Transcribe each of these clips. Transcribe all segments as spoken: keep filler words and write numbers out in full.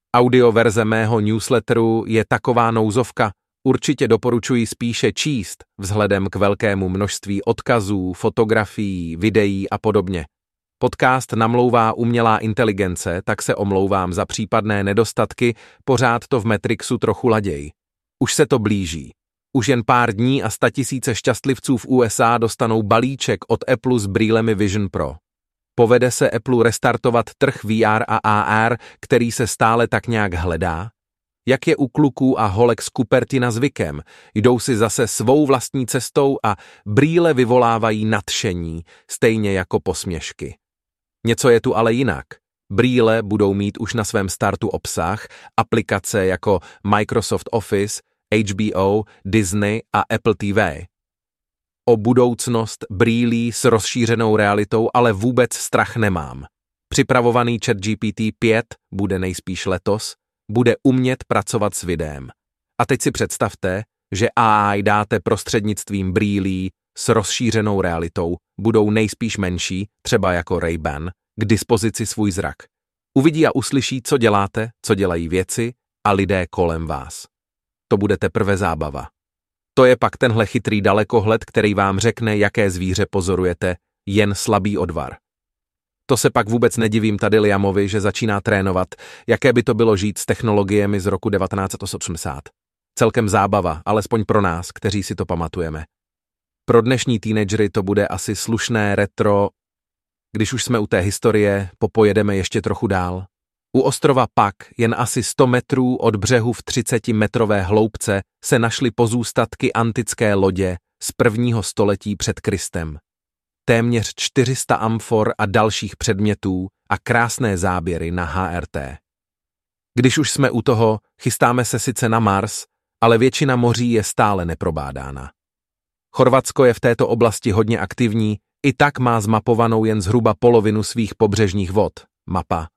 Audioverze mého newsletteru je taková nouzovka, určitě doporučuji spíše číst vzhledem k velkému množství odkazů, fotografií, videí a podobně. Podcast namlouvá umělá inteligence, tak se omlouvám za případné nedostatky, pořád to v Matrixu trochu laděj. Už se to blíží. Už jen pár dní a statisíce šťastlivců v U S A dostanou balíček od Apple s brýlemi Vision Pro. Povede se Apple restartovat trh V R a A R, který se stále tak nějak hledá? Jak je u kluků a holek z Cupertina zvykem, jdou si zase svou vlastní cestou a brýle vyvolávají nadšení, stejně jako posměšky. Něco je tu ale jinak. Brýle budou mít už na svém startu obsah, aplikace jako Microsoft Office, H B O, Disney a Apple T V. O budoucnost brýlí s rozšířenou realitou ale vůbec strach nemám. Připravovaný ChatGPT pět bude nejspíš letos, bude umět pracovat s videem. A teď si představte, že A I dáte prostřednictvím brýlí s rozšířenou realitou, budou nejspíš menší, třeba jako Ray-Ban, k dispozici svůj zrak. Uvidí a uslyší, co děláte, co dělají věci a lidé kolem vás. To bude teprve zábava. To je pak tenhle chytrý dalekohled, který vám řekne, jaké zvíře pozorujete, jen slabý odvar. To se pak vůbec nedivím tady Liamovi, že začíná trénovat, jaké by to bylo žít s technologiemi z roku devatenáct osmdesát. Celkem zábava, alespoň pro nás, kteří si to pamatujeme. Pro dnešní teenagery to bude asi slušné retro. Když už jsme u té historie, popojedeme ještě trochu dál. U ostrova Pak, jen asi sto metrů od břehu v třicetimetrové hloubce, se našly pozůstatky antické lodě z prvního století před Kristem. Téměř čtyři sta amfor a dalších předmětů a krásné záběry na H R T. Když už jsme u toho, chystáme se sice na Mars, ale většina moří je stále neprobádána. Chorvatsko je v této oblasti hodně aktivní, i tak má zmapovanou jen zhruba polovinu svých pobřežních vod. Mapa.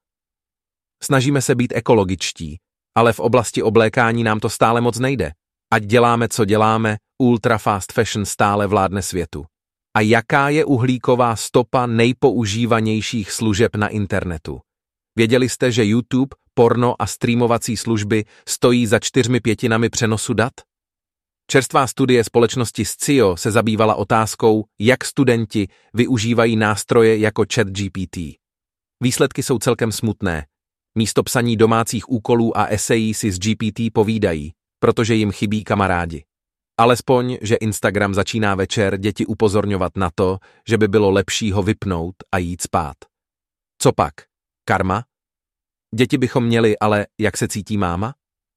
Snažíme se být ekologičtí, ale v oblasti oblékání nám to stále moc nejde. Ať děláme, co děláme, ultra fast fashion stále vládne světu. A jaká je uhlíková stopa nejpoužívanějších služeb na internetu? Věděli jste, že YouTube, porno a streamovací služby stojí za čtyřmi pětinami přenosu dat? Čerstvá studie společnosti Scio se zabývala otázkou, jak studenti využívají nástroje jako ChatGPT. Výsledky jsou celkem smutné. Místo psaní domácích úkolů a esejí si s G P T povídají, protože jim chybí kamarádi. Alespoň, že Instagram začíná večer děti upozorňovat na to, že by bylo lepší ho vypnout a jít spát. Co pak? Karma? Děti bychom měli, ale jak se cítí máma?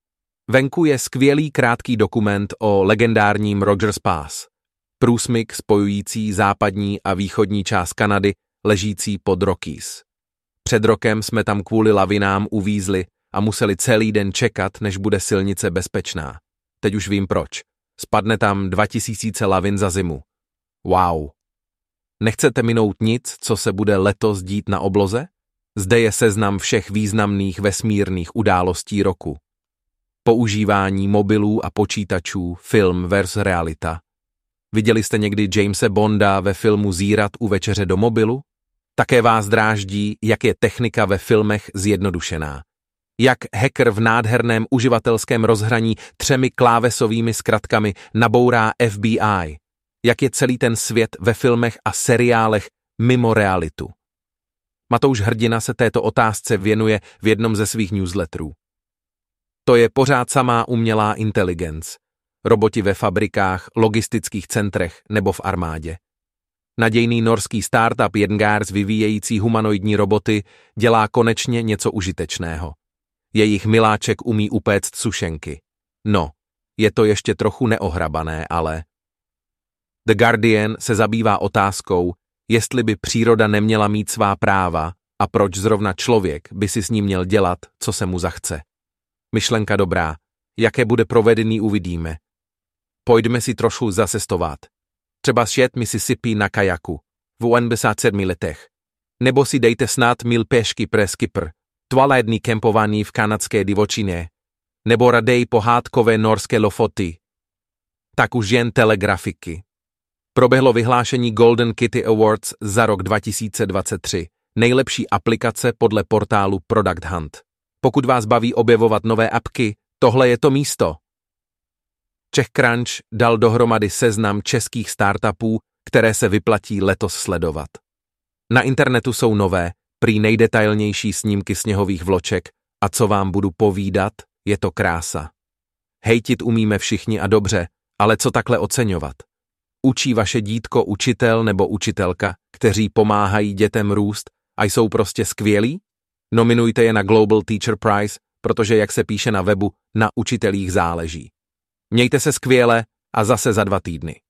Venku je skvělý krátký dokument o legendárním Rogers Pass. Průsmyk spojující západní a východní část Kanady, ležící pod Rockies. Před rokem jsme tam kvůli lavinám uvízli a museli celý den čekat, než bude silnice bezpečná. Teď už vím proč. Spadne tam dva tisíce lavin za zimu. Wow. Nechcete minout nic, co se bude letos dít na obloze? Zde je seznam všech významných vesmírných událostí roku. Používání mobilů a počítačů, film versus realita. Viděli jste někdy Jamese Bonda ve filmu Zírat u večeře do mobilu? Také vás dráždí, jak je technika ve filmech zjednodušená. Jak hacker v nádherném uživatelském rozhraní třemi klávesovými zkratkami nabourá F B I. Jak je celý ten svět ve filmech a seriálech mimo realitu. Matouš Hrdina se této otázce věnuje v jednom ze svých newsletterů. To je pořád samá umělá inteligence. Roboti ve fabrikách, logistických centrech nebo v armádě. Nadějný norský startup Jengars vyvíjející humanoidní roboty dělá konečně něco užitečného. Jejich miláček umí upéct sušenky. No, je to ještě trochu neohrabané, ale... The Guardian se zabývá otázkou, jestli by příroda neměla mít svá práva a proč zrovna člověk by si s ním měl dělat, co se mu zachce. Myšlenka dobrá, jaké bude provedený uvidíme. Pojďme si trošku zasestovat. Třeba sjet Mississippi na kajaku, v osmdesáti sedmi letech. Nebo si dejte snad mil pěšky přes Kypr, toalétní kempování v kanadské divočině. Nebo radej pohádkové norské Lofoty. Tak už jen telegrafiky. Proběhlo vyhlášení Golden Kitty Awards za rok dva tisíce dvacet tři, nejlepší aplikace podle portálu Product Hunt. Pokud vás baví objevovat nové apky, tohle je to místo. CzechCrunch dal dohromady seznam českých startupů, které se vyplatí letos sledovat. Na internetu jsou nové, prý nejdetailnější snímky sněhových vloček a co vám budu povídat, je to krása. Hejtit umíme všichni a dobře, ale co takhle oceňovat? Učí vaše dítko učitel nebo učitelka, kteří pomáhají dětem růst a jsou prostě skvělí? Nominujte je na Global Teacher Prize, protože, jak se píše na webu, na učitelích záleží. Mějte se skvěle a zase za dva týdny.